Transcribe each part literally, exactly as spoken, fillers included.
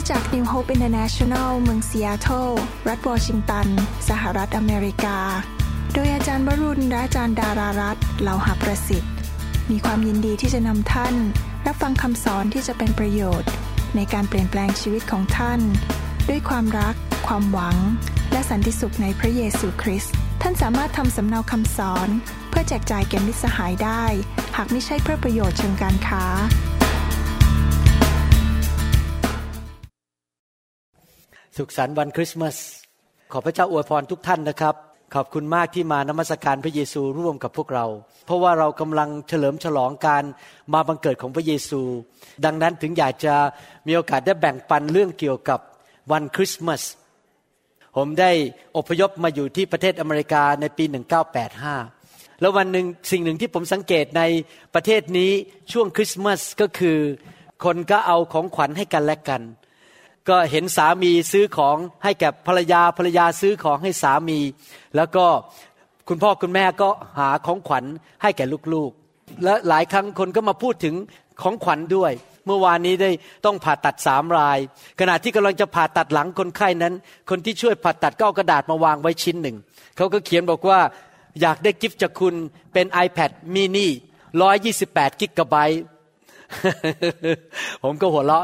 จาก New Hope International เมืองซีแอตเทิลรัฐวอชิงตันสหรัฐอเมริกาโดยอาจารย์วรุณและอาจารย์ดารารัตน์เหล่าหประสิทธิ์มีความยินดีที่จะนำท่านรับฟังคำสอนที่จะเป็นประโยชน์ในการเปลี่ยนแปลงชีวิตของท่านด้วยความรักความหวังและสันติสุขในพระเยซูคริสต์ท่านสามารถทำสำเนาคำสอนเพื่อแจกจ่ายแก่มิตรสหายได้หากไม่ใช่เพื่อประโยชน์เชิงการค้าสุขสันต์วันคริสต์มาสขอพระเจ้าอวยพรทุกท่านนะครับขอบคุณมากที่มานมัสการพระเยซูร่วมกับพวกเราเพราะว่าเรากำลังเฉลิมฉลองการมาบังเกิดของพระเยซูดังนั้นถึงอยากจะมีโอกาสได้แบ่งปันเรื่องเกี่ยวกับวันคริสต์มาสผมได้อพยพมาอยู่ที่ประเทศอเมริกาในปีหนึ่งพันเก้าร้อยแปดสิบห้าแล้ววันหนึ่งสิ่งหนึ่งที่ผมสังเกตในประเทศนี้ช่วงคริสต์มาสก็คือคนก็เอาของขวัญให้กันและกันก็เห็นสามีซื้อของให้แก่ภรรยาภรรยาซื้อของให้สามีแล้วก็คุณพ่อคุณแม่ก็หาของขวัญให้แก่ลูกๆและหลายครั้งคนก็มาพูดถึงของขวัญด้วยเมื่อวานนี้ได้ต้องผ่าตัดสามรายขณะที่กำลังจะผ่าตัดหลังคนไข้นั้นคนที่ช่วยผ่าตัดก็เอากระดาษมาวางไว้ชิ้นหนึ่งเขาก็เขียนบอกว่าอยากได้กิฟต์จากคุณเป็น iPad mini หนึ่งร้อยยี่สิบแปดกิกะไบต์ผมก็หัวเราะ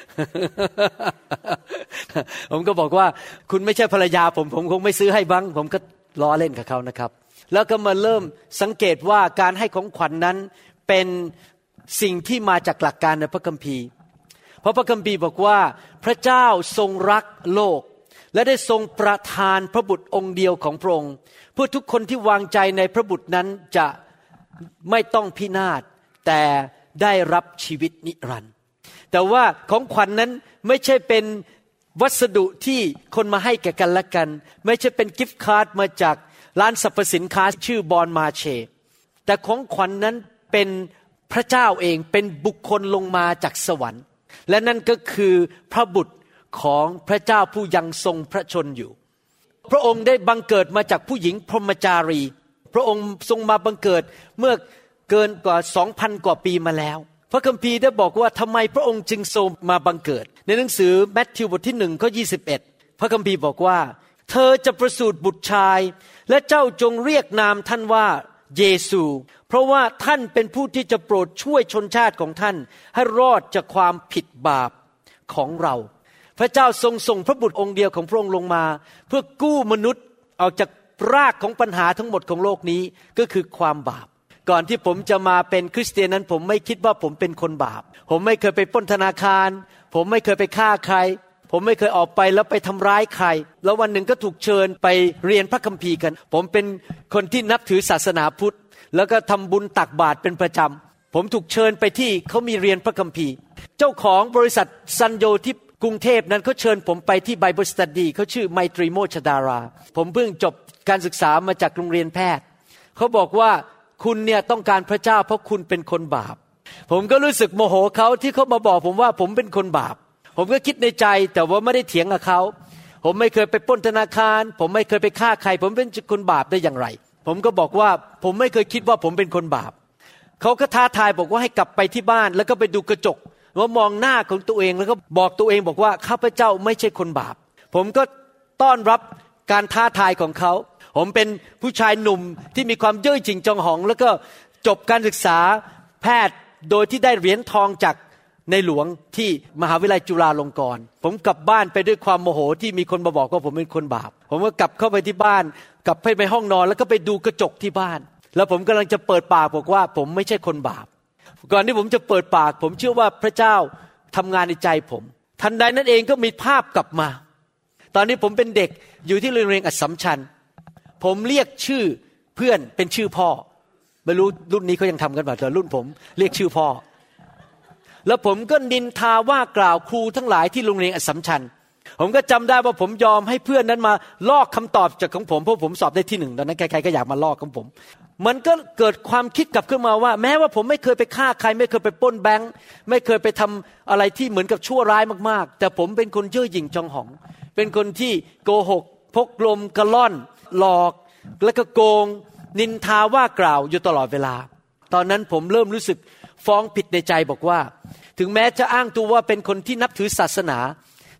ผมก็บอกว่าคุณไม่ใช่ภรรยาผมผมคงไม่ซื้อให้บ้างผมก็ล้อเล่นกับเขานะครับแล้วก็มาเริ่มสังเกตว่าการให้ของขวัญ น, นั้นเป็นสิ่งที่มาจากหลักการในพระคัมภีร์เพราะพระคัมภีร์บอกว่าพระเจ้าทรงรักโลกและได้ทรงประทานพระบุตรองค์เดียวของพระองค์เพื่อทุกคนที่วางใจในพระบุตรนั้นจะไม่ต้องพินาศแต่ได้รับชีวิตนิรันดร์แต่ว่าของขวัญ น, นั้นไม่ใช่เป็นวัสดุที่คนมาให้แก่กันและกันไม่ใช่เป็นกิฟต์การ์ดมาจากร้านสรรพสินค้าชื่อบอนมาเชแต่ของขวัญ น, นั้นเป็นพระเจ้าเองเป็นบุคคลลงมาจากสวรรค์และนั่นก็คือพระบุตรของพระเจ้าผู้ยังทรงพระชนอยู่พระองค์ได้บังเกิดมาจากผู้หญิงพรหมจารีพระองค์ทรงมาบังเกิดเมื่อเกินกว่า สองพัน กว่าปีมาแล้วพระคัมภีร์ได้บอกว่าทำไมพระองค์จึงทรงมาบังเกิดในหนังสือมัทธิวบทที่หนึ่งข้อยี่สิบเอ็ดพระคัมภีร์บอกว่าเธอจะประสูติบุตรชายและเจ้าจงเรียกนามท่านว่าเยซูเพราะว่าท่านเป็นผู้ที่จะโปรดช่วยชนชาติของท่านให้รอดจากความผิดบาปของเราพระเจ้าทรงส่งพระบุตรองค์เดียวของพระองค์ลงมาเพื่อกู้มนุษย์ออกจากรากของปัญหาทั้งหมดของโลกนี้ก็คือความบาปก่อนที่ผมจะมาเป็นคริสเตียนนั้นผมไม่คิดว่าผมเป็นคนบาปผมไม่เคยไปปล้นธนาคารผมไม่เคยไปฆ่าใครผมไม่เคยออกไปแล้วไปทำร้ายใครแล้ววันหนึ่งก็ถูกเชิญไปเรียนพระคัมภีร์กันผมเป็นคนที่นับถือศาสนาพุทธแล้วก็ทำบุญตักบาตรเป็นประจำผมถูกเชิญไปที่เขามีเรียนพระคัมภีร์เจ้าของบริษัทซันโยที่กรุงเทพนั้นเขาเชิญผมไปที่ไบเบิลสตัดดี้เขาชื่อไมตรีโมชดาราผมเพิ่งจบการศึกษามาจากโรงเรียนแพทย์เขาบอกว่าคุณเนี่ยต้องการพระเจ้าเพราะคุณเป็นคนบาปผมก็รู้สึกโมโหเขาที่เขามาบอกผมว่าผมเป็นคนบาปผมก็คิดในใจแต่ว่าไม่ได้เถียงกับเขาผมไม่เคยไปปล้นธนาคารผมไม่เคยไปฆ่าใครผมเป็นคนบาปได้อย่างไรผมก็บอกว่าผมไม่เคยคิดว่าผมเป็นคนบาปเขาก็ท้าทายบอกว่าให้กลับไปที่บ้านแล้วก็ไปดูกระจกว่ามองหน้าของตัวเองแล้วก็บอกตัวเองบอกว่าข้าพเจ้าไม่ใช่คนบาปผมก็ต้อนรับการท้าทายของเขาผมเป็นผู้ชายหนุ่มที่มีความเย่อหยิ่งจองหองแล้วก็จบการศึกษาแพทย์โดยที่ได้เหรียญทองจากในหลวงที่มหาวิทยาลัยจุฬาลงกรณ์ผมกลับบ้านไปด้วยความโมโหที่มีคนมาบอกว่าผมเป็นคนบาปผมก็กลับเข้าไปที่บ้านกลับไปไปห้องนอนแล้วก็ไปดูกระจกที่บ้านแล้วผมกำลังจะเปิดปากบอกว่าผมไม่ใช่คนบาปก่อนที่ผมจะเปิดปากผมเชื่อว่าพระเจ้าทำงานในใจผมทันใดนั้นเองก็มีภาพกลับมาตอนนี้ผมเป็นเด็กอยู่ที่โรงเรียนอัสสัมชัญผมเรียกชื่อเพื่อนเป็นชื่อพ่อไม่รู้รุ่นนี้เขายังทำกันป่ะแต่รุ่นผมเรียกชื่อพ่อแล้วผมก็นินทาว่ากล่าวครูทั้งหลายที่โรงเรียนอัสสัมชัญผมก็จำได้ว่าผมยอมให้เพื่อนนั้นมาลอกคำตอบจากของผมเพราะผมสอบได้ที่หนึ่งตอนนั้นใครๆก็อยากมาลอกของผมมันก็เกิดความคิดกลับขึ้นมาว่าแม้ว่าผมไม่เคยไปฆ่าใครไม่เคยไปปล้นแบงค์ไม่เคยไปทำอะไรที่เหมือนกับชั่วร้ายมากๆแต่ผมเป็นคนเย่อหยิ่งจองหองเป็นคนที่โกหกพกลมกระล่อนหลอกแล้วก็โกงนินทาว่ากล่าวอยู่ตลอดเวลาตอนนั้นผมเริ่มรู้สึกฟ้องผิดในใจบอกว่าถึงแม้จะอ้างตัวว่าเป็นคนที่นับถือศาสนา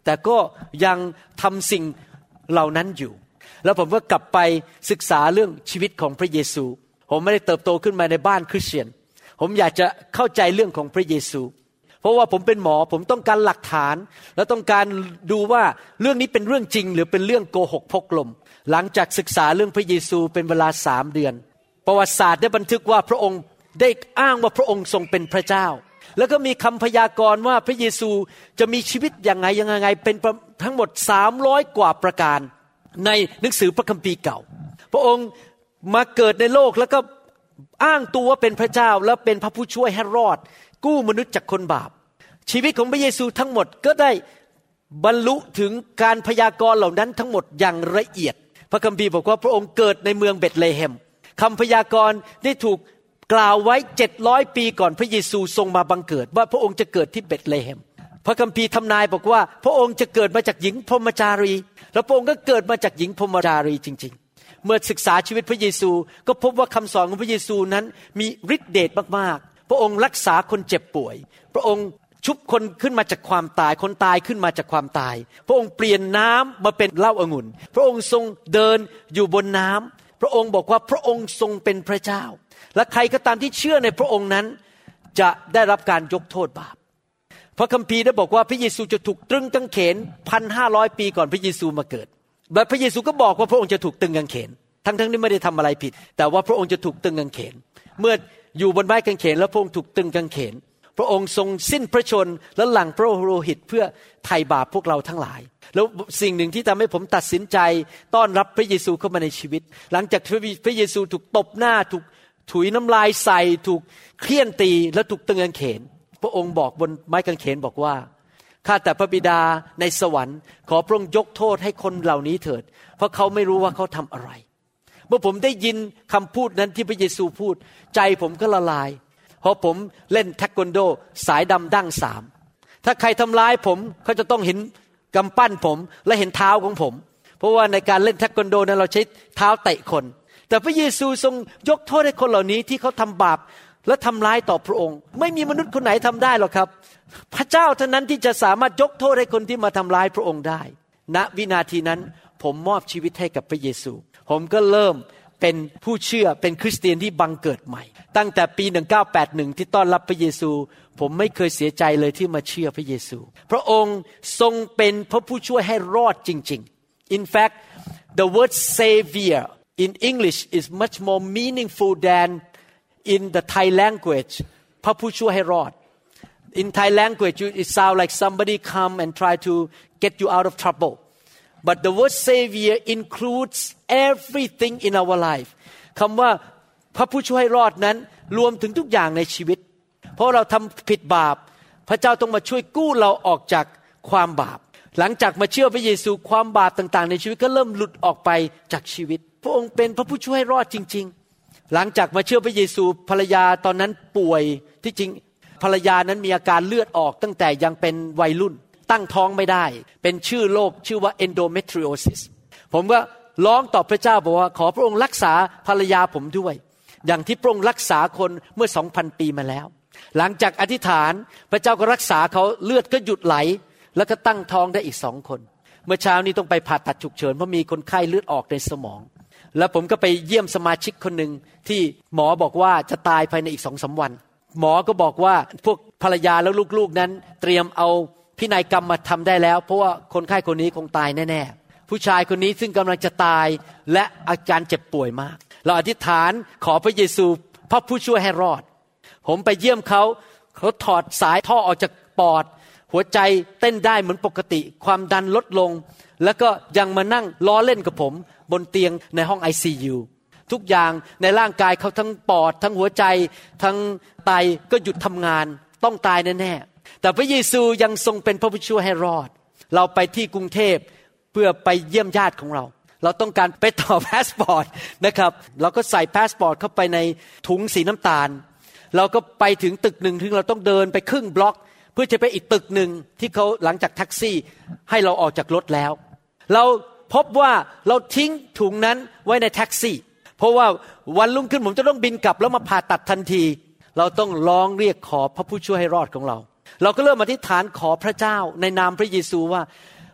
แต่ก็ยังทำสิ่งเหล่านั้นอยู่แล้วผมก็กลับไปศึกษาเรื่องชีวิตของพระเยซูผมไม่ได้เติบโตขึ้นมาในบ้านคริสเตียนผมอยากจะเข้าใจเรื่องของพระเยซูเพราะว่าผมเป็นหมอผมต้องการหลักฐานและต้องการดูว่าเรื่องนี้เป็นเรื่องจริงหรือเป็นเรื่องโกหกพกลมหลังจากศึกษาเรื่องพระเยซูเป็นเวลาสามเดือนประวัติศาสตร์ได้บันทึกว่าพระองค์ได้อ้างว่าพระองค์ทรงเป็นพระเจ้าแล้วก็มีคำพยากรณ์ว่าพระเยซูจะมีชีวิตอย่างไงยังไงเป็นทั้งหมดสามร้อยกว่าประการในหนังสือพระคัมภีร์เก่าพระองค์มาเกิดในโลกแล้วก็อ้างตัวว่าเป็นพระเจ้าและเป็นพระผู้ช่วยให้รอดกู้มนุษย์จากคนบาปชีวิตของพระเยซูทั้งหมดก็ได้บรรลุถึงการพยากรณ์เหล่านั้นทั้งหมดอย่างละเอียดพระคัมภีร์บอกว่าพระองค์เกิดในเมืองเบธเลเฮมคำพยากรณ์ได้ถูกกล่าวไว้เจ็ดร้อยปีก่อนพระเยซูทรงมาบังเกิดว่าพระองค์จะเกิดที่เบธเลเฮมพระคัมภีร์ทำนายบอกว่าพระองค์จะเกิดมาจากหญิงพรหมจารีแล้วพระองค์ก็เกิดมาจากหญิงพรหมจารีจริงๆเมื่อศึกษาชีวิตพระเยซูก็พบว่าคำสอนของพระเยซูนั้นมีฤทธิ์เดชมากๆพระองค์รักษาคนเจ็บป่วยพระองค์ชุบคนขึ้นมาจากความตายคนตายขึ้นมาจากความตายพระองค์เปลี่ยนน้ำมาเป็นเหล้าองุ่นพระองค์ทรงเดินอยู่บนน้ำพระองค์บอกว่าพระองค์ทรงเป็นพระเจ้าและใครก็ตามที่เชื่อในพระองค์นั้นจะได้รับการยกโทษบาปพระคัมภีร์ได้บอกว่าพระเยซูจะถูกตรึงกางเขน หนึ่งพันห้าร้อย ปีก่อนพระเยซูมาเกิดและพระเยซูก็บอกว่าพระองค์จะถูกตรึงกางเขนทั้งๆที่ไม่ได้ทำอะไรผิดแต่ว่าพระองค์จะถูกตรึงกางเขนเมื่ออยู่บนไม้กางเขนแล้วพระองค์ถูกตรึงกางเขนพระองค์ทรงสิ้นพระชนและหลั่งพระโลหิตเพื่อไถ่บาปพวกเราทั้งหลายแล้วสิ่งหนึ่งที่ทำให้ผมตัดสินใจต้อนรับพระเยซูเข้ามาในชีวิตหลังจากพระเยซูถูกตบหน้าถูกถุยน้ำลายใส่ถูกเฆี่ยนตีและถูกตรึงกางเขนพระองค์บอกบนไม้กางเขนบอกว่าข้าแต่พระบิดาในสวรรค์ขอพระองค์ยกโทษให้คนเหล่านี้เถิดเพราะเขาไม่รู้ว่าเขาทำอะไรเมื่อผมได้ยินคำพูดนั้นที่พระเยซูพูดใจผมก็ละลายเพราะผมเล่นเทควันโดสายดำดั้งสามถ้าใครทำร้ายผมเขาจะต้องเห็นกำปั้นผมและเห็นเท้าของผมเพราะว่าในการเล่นเทควันโดนั้นเราใช้เท้าเตะคนแต่พระเยซูทรงยกโทษให้คนเหล่านี้ที่เขาทำบาปและทำร้ายต่อพระองค์ไม่มีมนุษย์คนไหนทำได้หรอกครับพระเจ้าเท่านั้นที่จะสามารถยกโทษให้คนที่มาทำร้ายพระองค์ได้ณวินาทีนั้นผมมอบชีวิตให้กับพระเยซูผมก็เริ่มเป็นผู้เชื่อเป็นคริสเตียนที่บังเกิดใหม่ตั้งแต่ปีหนึ่งเก้าแปดหนึ่งที่ต้อนรับพระเยซูผมไม่เคยเสียใจเลยที่มาเชื่อพระเยซูพระองค์ทรงเป็นพระผู้ช่วยให้รอดจริงๆ In fact the word savior in English is much more meaningful than in the Thai language พระผู้ช่วยให้รอด In Thai language it sound like somebody come and try to get you out of trouble but the word savior includes everything in our life คำว่าพระผู้ช่วยให้รอดนั้นรวมถึงทุกอย่างในชีวิตเพราะเราทำผิดบาปพระเจ้าต้องมาช่วยกู้เราออกจากความบาปหลังจากมาเชื่อพระเยซูความบาปต่างๆในชีวิตก็เริ่มหลุดออกไปจากชีวิตพระองค์เป็นพระผู้ช่วยให้รอดจริงๆหลังจากมาเชื่อพระเยซูภรรยาตอนนั้นป่วยที่จริงภรรยานั้นมีอาการเลือดออกตั้งแต่ยังเป็นวัยรุ่นตั้งท้องไม่ได้เป็นชื่อโรคชื่อว่า endometriosis ผมก็ร้องต่อพระเจ้าบอกว่าขอพระองค์รักษาภรรยาผมด้วยอย่างที่พระองค์รักษาคนเมื่อ สองพัน ปีมาแล้วหลังจากอธิษฐานพระเจ้าก็รักษาเขาเลือดก็หยุดไหลแล้วก็ตั้งท้องได้อีกสองคนเมื่อเช้านี้ต้องไปผ่าตัดฉุกเฉินเพราะมีคนไข้เลือดออกในสมองแล้วผมก็ไปเยี่ยมสมาชิกคนหนึ่งที่หมอบอกว่าจะตายภายในอีก สองสาม วันหมอก็บอกว่าพวกภรรยาแล้วลูกๆนั้นเตรียมเอาพินัยกรรมมาทำได้แล้วเพราะว่าคนไข้คนนี้คงตายแน่ๆผู้ชายคนนี้ซึ่งกำลังจะตายและอาการเจ็บป่วยมากเราอธิษฐานขอพระเยซูพระผู้ช่วยให้รอดผมไปเยี่ยมเขาเขาถอดสายท่อออกจากปอดหัวใจเต้นได้เหมือนปกติความดันลดลงแล้วก็ยังมานั่งล้อเล่นกับผมบนเตียงในห้อง ไอ ซี ยู ทุกอย่างในร่างกายเขาทั้งปอดทั้งหัวใจทั้งไตก็หยุดทำงานต้องตายแน่ๆแต่พระเยซูยังทรงเป็นพระผู้ช่วยให้รอดเราไปที่กรุงเทพเพื่อไปเยี่ยมญาติของเราเราต้องการไปต่อพาสปอร์ตนะครับเราก็ใส่พาสปอร์ตเข้าไปในถุงสีน้ำตาลเราก็ไปถึงตึกหนึ่งถึงเราต้องเดินไปครึ่งบล็อกเพื่อจะไปอีกตึกหนึ่งที่เขาหลังจากแท็กซี่ให้เราออกจากรถแล้วเราพบว่าเราทิ้งถุงนั้นไว้ในแท็กซี่เพราะว่าวันรุ่งขึ้นผมจะต้องบินกลับแล้วมาผ่าตัดทันทีเราต้องร้องเรียกขอพระผู้ช่วยให้รอดของเราเราก็เริ่มอธิษฐานขอพระเจ้าในนามพระเยซูว่า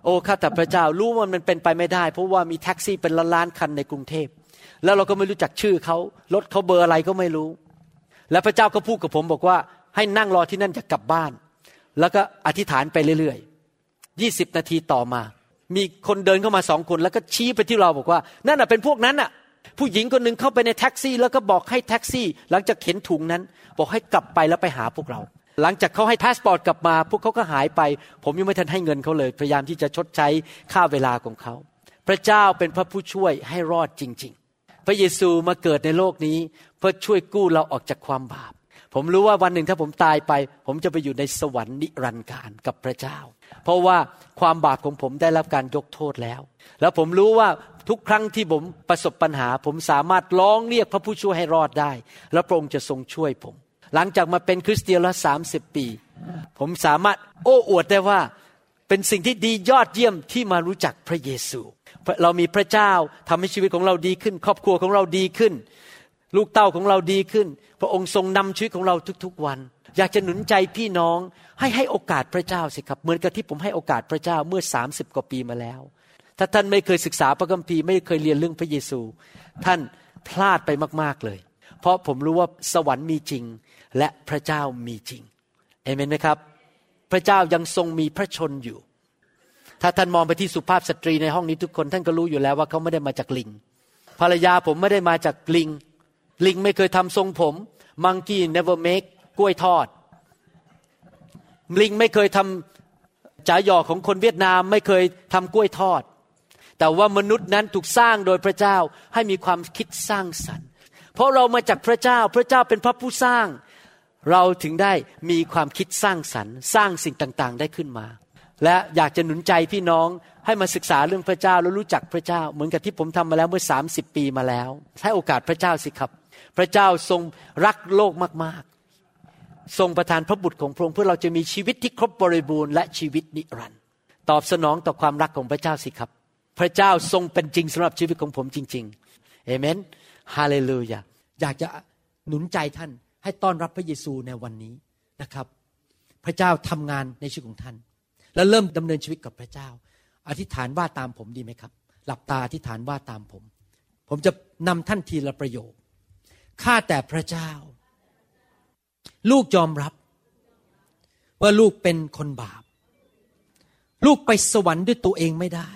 โอ้ข้าแต่พระเจ้ารู้ว่ามันเป็นไปไม่ได้เพราะว่ามีแท็กซี่เป็นล้านๆคันในกรุงเทพแล้วเราก็ไม่รู้จักชื่อเขารถเขาเบอร์อะไรก็ไม่รู้และพระเจ้าก็พูดกับผมบอกว่าให้นั่งรอที่นั่นจะกลับบ้านแล้วก็อธิษฐานไปเรื่อยๆยี่สิบนาทีต่อมามีคนเดินเข้ามาสองคนแล้วก็ชี้ไปที่เราบอกว่านั่นน่ะเป็นพวกนั้นน่ะผู้หญิงคนหนึ่งเข้าไปในแท็กซี่แล้วก็บอกให้แท็กซี่หลังจากเข็นถุงนั้นบอกให้กลับไปแล้วไปหาพวกเราหลังจากเขาให้พาสปอร์ตกลับมาพวกเขาก็หายไปผมยังไม่ทันให้เงินเขาเลยพยายามที่จะชดใช้ค่าเวลาของเขาพระเจ้าเป็นพระผู้ช่วยให้รอดจริงๆพระเยซูมาเกิดในโลกนี้เพื่อช่วยกู้เราออกจากความบาปผมรู้ว่าวันหนึ่งถ้าผมตายไปผมจะไปอยู่ในสวรรค์นิรันดร์กาลกับพระเจ้าเพราะว่าความบาปของผมได้รับการยกโทษแล้วแล้วผมรู้ว่าทุกครั้งที่ผมประสบปัญหาผมสามารถร้องเรียกพระผู้ช่วยให้รอดได้และพระองค์จะทรงช่วยผมหลังจากมาเป็นคริสเตียนแล้วสามสิบปีผมสามารถโอ้อวดได้ว่าเป็นสิ่งที่ดียอดเยี่ยมที่มารู้จักพระเยซูเรามีพระเจ้าทำให้ชีวิตของเราดีขึ้นครอบครัวของเราดีขึ้นลูกเต้าของเราดีขึ้นพระองค์ทรงนำชีวิตของเราทุกๆวันอยากจะหนุนใจพี่น้องให้ให้โอกาสพระเจ้าสิครับเหมือนกับที่ผมให้โอกาสพระเจ้าเมื่อสามสิบกว่าปีมาแล้วถ้าท่านไม่เคยศึกษาพระคัมภีร์ไม่เคยเรียนเรื่องพระเยซูท่านพลาดไปมากๆเลยเพราะผมรู้ว่าสวรรค์มีจริงและพระเจ้ามีจริงเอเมนไหมครับพระเจ้ายังทรงมีพระชนอยู่ถ้าท่านมองไปที่สุภาพสตรีในห้องนี้ทุกคนท่านก็รู้อยู่แล้วว่าเขาไม่ได้มาจากลิงภรรยาผมไม่ได้มาจากลิงลิงไม่เคยทำทรงผม Monkey never make กล้วยทอดลิงไม่เคยทำจ๋าหยอกของคนเวียดนามไม่เคยทำกล้วยทอดแต่ว่ามนุษย์นั้นถูกสร้างโดยพระเจ้าให้มีความคิดสร้างสรรค์เพราะเรามาจากพระเจ้าพระเจ้าเป็นพระผู้สร้างเราถึงได้มีความคิดสร้างสรรค์สร้างสิ่งต่างๆได้ขึ้นมาและอยากจะหนุนใจพี่น้องให้มาศึกษาเรื่องพระเจ้าแล้วรู้จักพระเจ้าเหมือนกับที่ผมทำมาแล้วเมื่อสามสิบปีมาแล้วให้โอกาสพระเจ้าสิครับพระเจ้าทรงรักโลกมากๆทรงประทานพระบุตรของพระองค์เพื่อเราจะมีชีวิตที่ครบบริบูรณ์และชีวิตนิรันดร์ตอบสนองต่อความรักของพระเจ้าสิครับพระเจ้าทรงเป็นจริงสำหรับชีวิตของผมจริงๆเอเมนฮาเลลูยาอยากจะหนุนใจท่านให้ต้อนรับพระเยซูในวันนี้นะครับพระเจ้าทำงานในชีวิตของท่านและเริ่มดำเนินชีวิตกับพระเจ้าอธิษฐานว่าตามผมดีไหมครับหลับตาอธิษฐานว่าตามผมผมจะนำท่านทีละประโยคข้าแต่พระเจ้าลูกยอมรับว่าลูกเป็นคนบาปลูกไปสวรรค์ด้วยตัวเองไม่ได้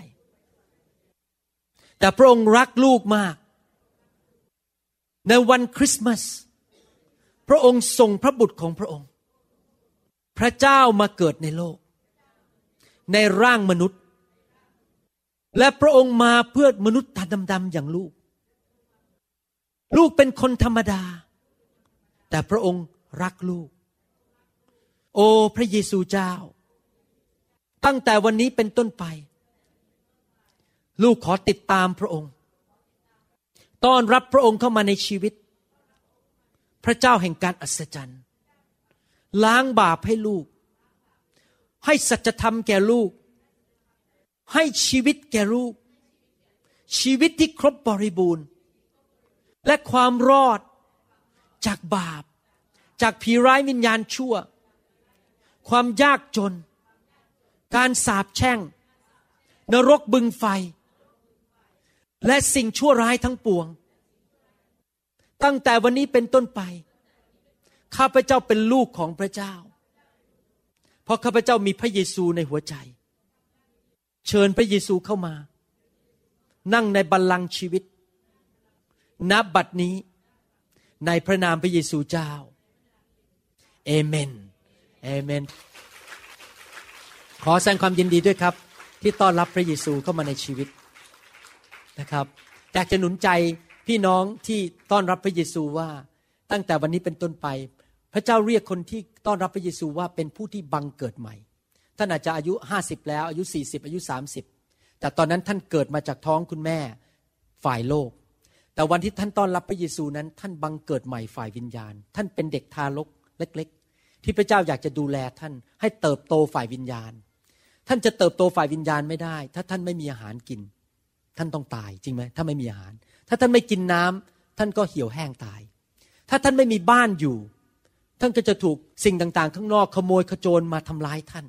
แต่พระองค์รักลูกมากในวันคริสต์มาสพระองค์ส่งพระบุตรของพระองค์พระเจ้ามาเกิดในโลกในร่างมนุษย์และพระองค์มาเพื่อมนุษย์ตาดำๆอย่างลูกลูกเป็นคนธรรมดาแต่พระองค์รักลูกโอ้พระเยซูเจ้าตั้งแต่วันนี้เป็นต้นไปลูกขอติดตามพระองค์ต้อนรับพระองค์เข้ามาในชีวิตพระเจ้าแห่งการอัศจรรย์ล้างบาปให้ลูกให้สัจธรรมแก่ลูกให้ชีวิตแก่ลูกชีวิตที่ครบบริบูรณ์และความรอดจากบาปจากผีร้ายวิญญาณชั่วความยากจนการสาปแช่งนรกบึงไฟและสิ่งชั่วร้ายทั้งปวงตั้งแต่วันนี้เป็นต้นไปข้าพเจ้าเป็นลูกของพระเจ้าเพราะข้าพเจ้ามีพระเยซูในหัวใจเชิญพระเยซูเข้ามานั่งในบัลลังก์ชีวิตณบัดนี้ในพระนามพระเยซูเจ้าเอเมนเอเมนขอแสดงความยินดีด้วยครับที่ต้อนรับพระเยซูเข้ามาในชีวิตนะครับอยากจะหนุนใจพี่น้องที่ต้อนรับพระเยซูว่าตั้งแต่วันนี้เป็นต้นไปพระเจ้าเรียกคนที่ต้อนรับพระเยซูว่าเป็นผู้ที่บังเกิดใหม่ท่านอาจจะอายุห้าสิบแล้วอายุสี่สิบอายุสามสิบแต่ตอนนั้นท่านเกิดมาจากท้องคุณแม่ฝ่ายโลกแต่วันที่ท่านต้อนรับพระเยซูนั้นท่านบังเกิดใหม่ฝ่ายวิญญาณท่านเป็นเด็กทารกเล็กๆที่พระเจ้าอยากจะดูแลท่านให้เติบโตฝ่ายวิญญาณท่านจะเติบโตฝ่ายวิญญาณไม่ได้ถ้าท่านไม่มีอาหารกินท่านต้องตายจริงไหมถ้าไม่มีอาหารถ้าท่านไม่กินน้ำท่านก็เหี่ยวแห้งตายถ้าท่านไม่มีบ้านอยู่ท่านก็จะถูกสิ่งต่างๆข้างนอกขโมยขโจรมาทำร้ายท่าน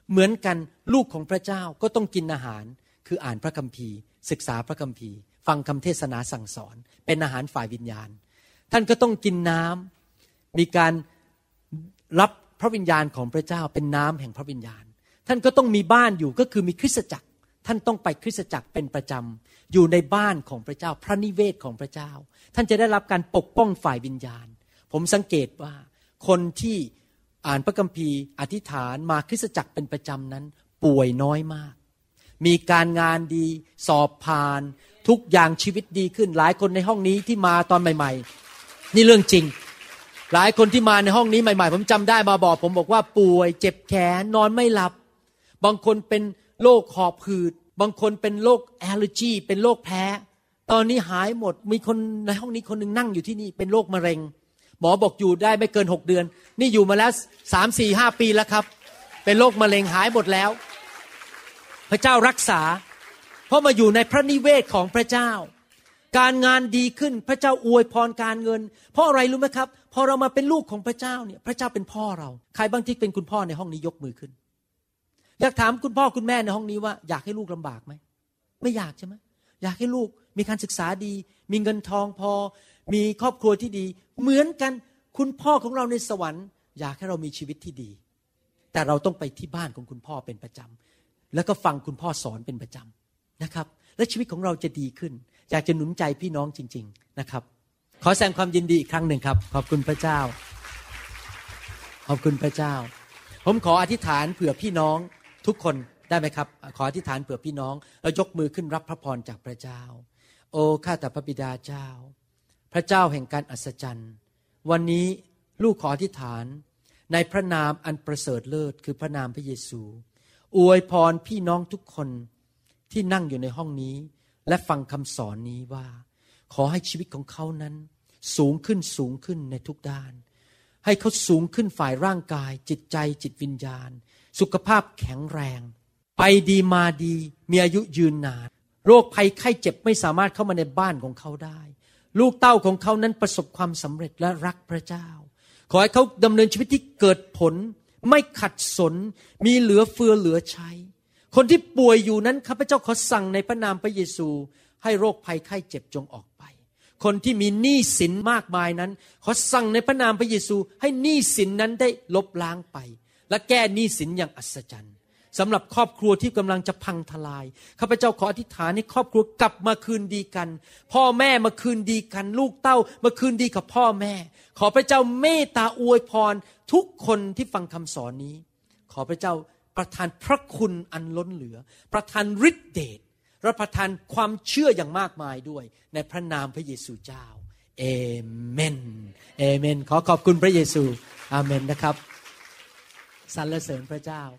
เหมือนกันลูกของพระเจ้าก็ต้องกินอาหารคืออ่านพระคัมภีร์ศึกษาพระคัมภีร์ฟังคำเทศนาสั่งสอนเป็นอาหารฝ่ายวิญญาณท่านก็ต้องกินน้ำมีการรับพระวิญญาณของพระเจ้าเป็นน้ำแห่งพระวิญญาณท่านก็ต้องมีบ้านอยู่ก็คือมีคริสตจักรท่านต้องไปคริสตจักรเป็นประจำอยู่ในบ้านของพระเจ้าพระนิเวศของพระเจ้าท่านจะได้รับการปกป้องฝ่ายวิญญาณผมสังเกตว่าคนที่อ่านพระคัมภีร์อธิษฐานมาคริสตจักรเป็นประจำนั้นป่วยน้อยมากมีการงานดีสอบผ่านทุกอย่างชีวิตดีขึ้นหลายคนในห้องนี้ที่มาตอนใหม่ๆนี่เรื่องจริงหลายคนที่มาในห้องนี้ใหม่ๆผมจำได้มาบอกผมบอกว่าป่วยเจ็บแขนนอนไม่หลับบางคนเป็นโรคหอบหืดบางคนเป็นโรคแอลเลอร์จีเป็นโรคแพ้ตอนนี้หายหมดมีคนในห้องนี้คนนึงนั่งอยู่ที่นี่เป็นโรคมะเร็งหมอบอกอยู่ได้ไม่เกินหกเดือนนี่อยู่มาแล้ว สาม สี่ ห้า ปีแล้วครับเป็นโรคมะเร็งหายหมดแล้วพระเจ้ารักษาเพราะมาอยู่ในพระนิเวศของพระเจ้าการงานดีขึ้นพระเจ้าอวยพรการเงินเพราะอะไรรู้ไหมครับพอเรามาเป็นลูกของพระเจ้าเนี่ยพระเจ้าเป็นพ่อเราใครบ้างที่เป็นคุณพ่อในห้องนี้ยกมือขึ้นอยากถามคุณพ่อคุณแม่ในห้องนี้ว่าอยากให้ลูกลำบากไหมไม่อยากใช่ไหมอยากให้ลูกมีการศึกษาดีมีเงินทองพอมีครอบครัวที่ดีเหมือนกันคุณพ่อของเราในสวรรค์อยากให้เรามีชีวิตที่ดีแต่เราต้องไปที่บ้านของคุณพ่อเป็นประจำแล้วก็ฟังคุณพ่อสอนเป็นประจำนะครับและชีวิตของเราจะดีขึ้นอยากจะหนุนใจพี่น้องจริงๆนะครับขอแสดงความยินดีอีกครั้งหนึ่งครับขอบคุณพระเจ้าขอบคุณพระเจ้าผมขออธิษฐานเผื่อพี่น้องทุกคนได้ไหมครับขออธิษฐานเผื่อพี่น้องแล้วยกมือขึ้นรับพระพรจากพระเจ้าโอ้ข้าแต่พระบิดาเจ้าพระเจ้าแห่งการอัศจรรย์วันนี้ลูกขออธิษฐานในพระนามอันประเสริฐเลิศคือพระนามพระเยซูอวยพรพี่น้องทุกคนที่นั่งอยู่ในห้องนี้และฟังคำสอนนี้ว่าขอให้ชีวิตของเขานั้นสูงขึ้นสูงขึ้นในทุกด้านให้เขาสูงขึ้นฝ่ายร่างกายจิตใจจิตวิญญาณสุขภาพแข็งแรงไปดีมาดีมีอายุยืนนานโรคภัยไข้เจ็บไม่สามารถเข้ามาในบ้านของเขาได้ลูกเต้าของเขานั้นประสบความสำเร็จและรักพระเจ้าขอให้เขาดำเนินชีวิตที่เกิดผลไม่ขัดสนมีเหลือเฟือเหลือใช้คนที่ป่วยอยู่นั้นข้าพเจ้าขอสั่งในพระนามพระเยซูให้โรคภัยไข้เจ็บจงออกไปคนที่มีหนี้สินมากมายนั้นขอสั่งในพระนามพระเยซูให้หนี้สินนั้นได้ลบล้างไปและแก้หนี้สินอย่างอัศจรรย์สำหรับครอบครัวที่กำลังจะพังทลายข้าพเจ้าขออธิษฐานให้ครอบครัวกลับมาคืนดีกันพ่อแม่มาคืนดีกันลูกเต้ามาคืนดีกับพ่อแม่ขอพระเจ้าเมตตาอวยพรทุกคนที่ฟังคำสอนนี้ขอพระเจ้าประทานพระคุณอันล้นเหลือประทานฤทธิเดชและประทานความเชื่ออย่างมากมายด้วยในพระนามพระเยซูเจ้าเอเมนเอเมนขอขอบคุณพระเยซูอาเมนนะครับสรรเสริญพระเจ้า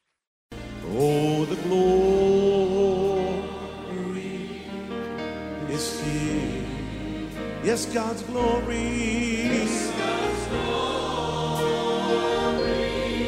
Oh, the glory is here. Yes, God's glory. Yes, God's glory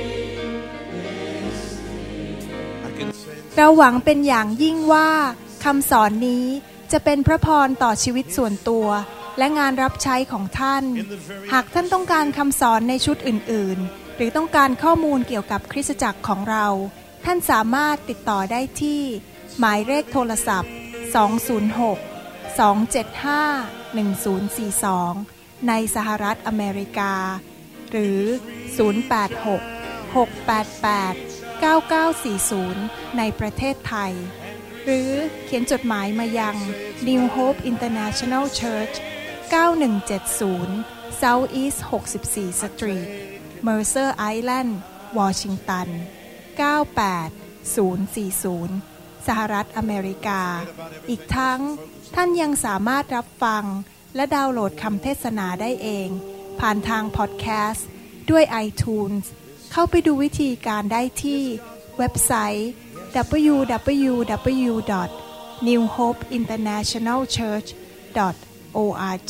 is here. I can sense. เราหวังเป็นอย่างยิ่งว่าคำสอนนี้จะเป็นพระพรต่อชีวิตส่วนตัวและงานรับใช้ของท่านหากท่านต้องการคำสอนในชุดอื่นๆหรือต้องการข้อมูลเกี่ยวกับคริสตจักรของเราท่านสามารถติดต่อได้ที่หมายเลขโทรศัพท์สอง ศูนย์ หก สอง เจ็ด ห้า หนึ่ง ศูนย์ สี่ สองในสหรัฐอเมริกาหรือศูนย์ แปด หก หก แปด แปด เก้า เก้า สี่ ศูนย์ในประเทศไทยหรือเขียนจดหมายมายัง New Hope International Church เก้าหนึ่งเจ็ดศูนย์ South East หกสิบสี่ Street Mercer Island Washingtonเก้าแปดศูนย์สี่ศูนย์สหรัฐอเมริกาอีกทั้งท่านยังสามารถรับฟังและดาวน์โหลดคำเทศนาได้เองผ่านทางพอดแคสต์ด้วย iTunes เข้าไปดูวิธีการได้ที่เว็บไซต์ ดับเบิลยู ดับเบิลยู ดับเบิลยู ดอท นิว โฮป อินเตอร์เนชั่นแนล เชิร์ช ดอท โอ อาร์ จี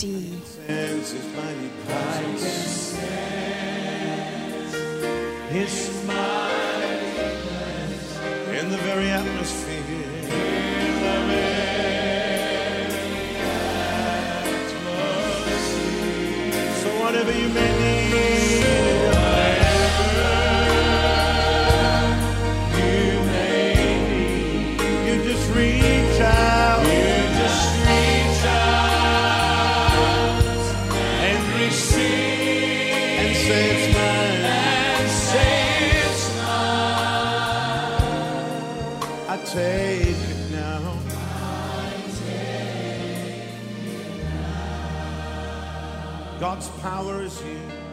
His mighty presence in the very atmosphere. In the very atmosphere. So whatever you may need, whatever take it now. God's power is here.